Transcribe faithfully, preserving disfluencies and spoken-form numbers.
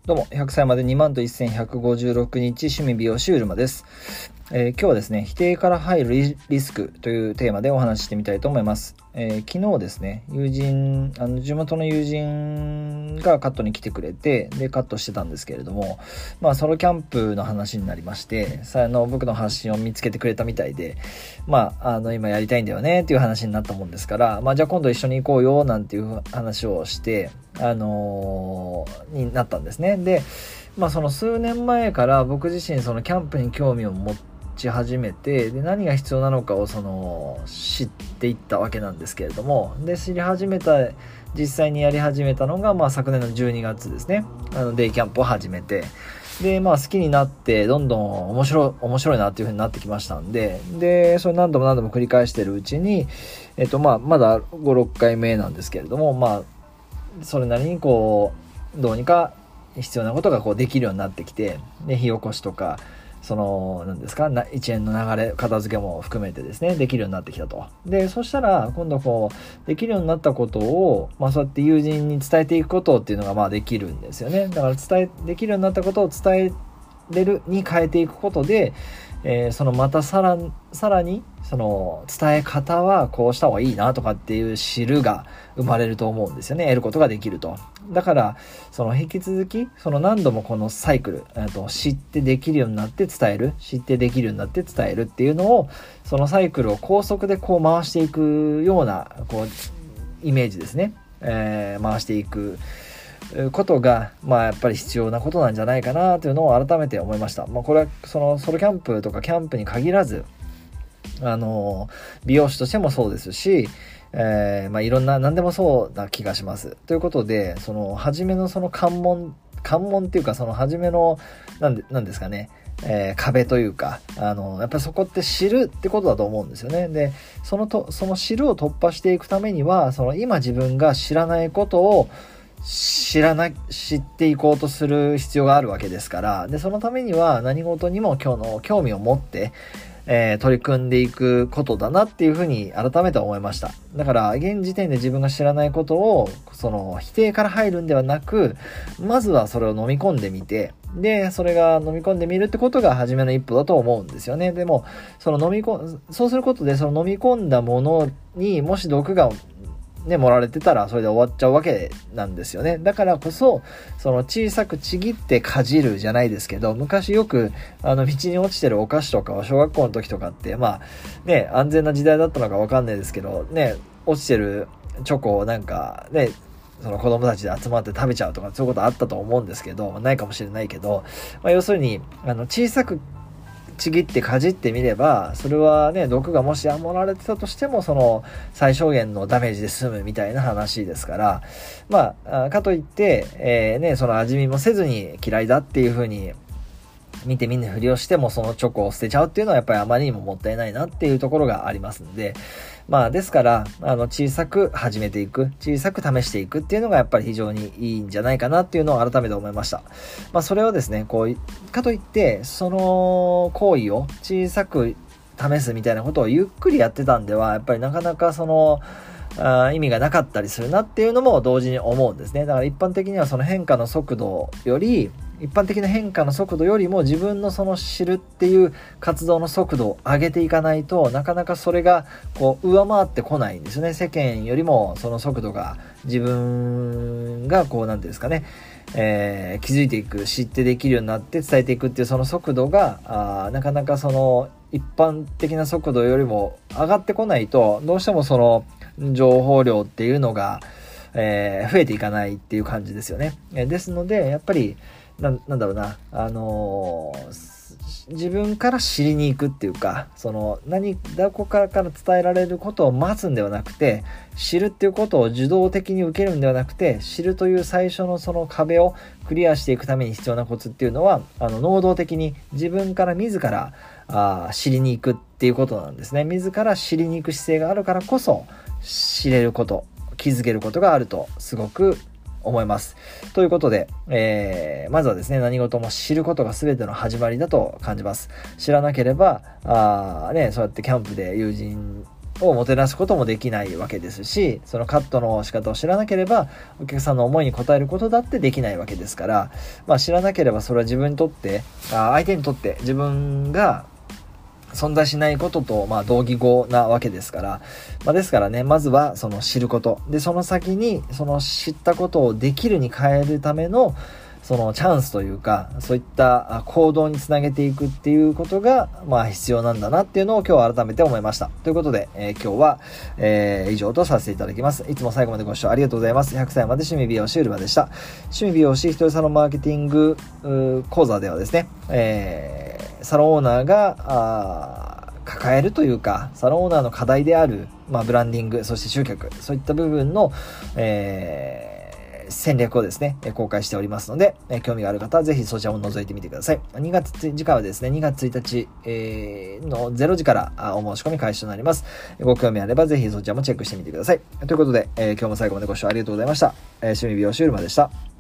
どうも、ひゃくさいまでにまんとせんひゃくごじゅうろくにち趣味美容師うるまです、えー、今日はですね、否定から入るリスクというテーマでお話ししてみたいと思います。えー、昨日ですね、友人、あの地元の友人がカットに来てくれて、でカットしてたんですけれども、まあソロキャンプの話になりまして、さあの僕の発信を見つけてくれたみたいで、まああの今やりたいんだよねっていう話になったもんですから、まあじゃあ今度一緒に行こうよなんていう話をして、あのー、になったんですね。で、まあその数年前から僕自身そのキャンプに興味を持ち始めて、で何が必要なのかをその知っていったわけなんですけれども、で知り始めた実際にやり始めたのがまあ昨年のじゅうにがつですね。あのデイキャンプを始めて、でまあ好きになってどんどん面白い面白いなっていう風になってきましたんで、でそれ何度も何度も繰り返してるうちに、えっとまあまだご、ろっかいめなんですけれども、まあそれなりにこうどうにか必要なことがこうできるようになってきて、で火起こしとかその何ですかな一連の流れ片付けも含めてですねできるようになってきたと。でそしたら今度こうできるようになったことを、まあ、そうやって友人に伝えていくことっていうのがまあできるんですよね。だから伝えできるようになったことを伝えれるに変えていくことで、えー、そのまたさらさらにその伝え方はこうした方がいいなとかっていう知るが生まれると思うんですよね。得ることができると。だからその引き続きその何度もこのサイクル、えー、と知ってできるようになって伝える、知ってできるようになって伝えるっていうのを、そのサイクルを高速でこう回していくようなこうイメージですね、えー、回していくことがまあやっぱり必要なことなんじゃないかなというのを改めて思いました。まあ、これはそのソロキャンプとかキャンプに限らず、あの美容師としてもそうですし、えー、まあいろんな何でもそうな気がします。ということで、その初めのその関門関門っていうかその初めのなんでなんですかね、えー、壁というか、あのやっぱりそこって知るってことだと思うんですよね。でそのとその知るを突破していくためには、その今自分が知らないことを知らな知っていこうとする必要があるわけですから、でそのためには何事にも今日の興味を持って、えー、取り組んでいくことだなっていうふうに改めて思いました。だから現時点で自分が知らないことをその否定から入るんではなく、まずはそれを飲み込んでみて、でそれが飲み込んでみるってことが初めの一歩だと思うんですよね。でもその飲み込そうすることで、その飲み込んだものにもし毒がね、盛られてたらそれで終わっちゃうわけなんですよね。だからこそその小さくちぎってかじるじゃないですけど、昔よくあの道に落ちてるお菓子とかを小学校の時とかってまあね、安全な時代だったのかわかんないですけどね、落ちてるチョコをなんかねその子供たちで集まって食べちゃうとかそういうことあったと思うんですけど、まあ、ないかもしれないけど、まあ、要するにあの小さくちぎってかじってみれば、それはね毒がもし盛られてたとしてもその最小限のダメージで済むみたいな話ですから、まあかといって、えー、ねその味見もせずに嫌いだっていう風に見て見ぬふりをしてもそのチョコを捨てちゃうっていうのはやっぱりあまりにももったいないなっていうところがありますので、まあですからあの小さく始めていく、小さく試していくっていうのがやっぱり非常にいいんじゃないかなっていうのを改めて思いました。まあそれをですね、こうかといってその行為を小さく試すみたいなことをゆっくりやってたんではやっぱりなかなかそのあ意味がなかったりするなっていうのも同時に思うんですね。だから一般的にはその変化の速度より一般的な変化の速度よりも自分のその知るっていう活動の速度を上げていかないとなかなかそれがこう上回ってこないんですよね。世間よりもその速度が自分がこうなんていうんですかね、えー、気づいていく、知ってできるようになって伝えていくっていうその速度があなかなかその一般的な速度よりも上がってこないと、どうしてもその情報量っていうのが、えー、増えていかないっていう感じですよね。えー、ですのでやっぱりな, なんだろうな、あのー、自分から知りに行くっていうか、その何どこからから伝えられることを待つんではなくて、知るっていうことを受動的に受けるんではなくて、知るという最初のその壁をクリアしていくために必要なコツっていうのは、あの能動的に自分から自らあ知りに行くっていうことなんですね。自ら知りに行く姿勢があるからこそ知れること、気づけることがあるとすごく思います。ということで、えー、まずはですね、何事も知ることが全ての始まりだと感じます。知らなければあ、ね、そうやってキャンプで友人をもてなすこともできないわけですし、そのカットの仕方を知らなければお客さんの思いに応えることだってできないわけですから、まあ、知らなければそれは自分にとってあ相手にとって自分が存在しないことと、まあ、同義語なわけですから、まあ、ですからね、まずはその知ることで、その先にその知ったことをできるに変えるためのそのチャンスというか、そういった行動につなげていくっていうことが、まあ、必要なんだなっていうのを今日は改めて思いました。ということで、えー、今日は、えー、以上とさせていただきます。いつも最後までご視聴ありがとうございます。ひゃくさいまで趣味美容師うるまでした。趣味美容師一人サロンマーケティング講座ではですね、えー、サロンオーナーがあー抱えるというか、サロンオーナーの課題である、まあ、ブランディング、そして集客、そういった部分の、えー戦略をですね、公開しておりますので、興味がある方はぜひそちらも覗いてみてください。にがつ、次回はですね、にがつついたち、えー、のれいじからお申し込み開始となります。ご興味あればぜひそちらもチェックしてみてください。ということで、えー、今日も最後までご視聴ありがとうございました。えー、趣味美容師うるまでした。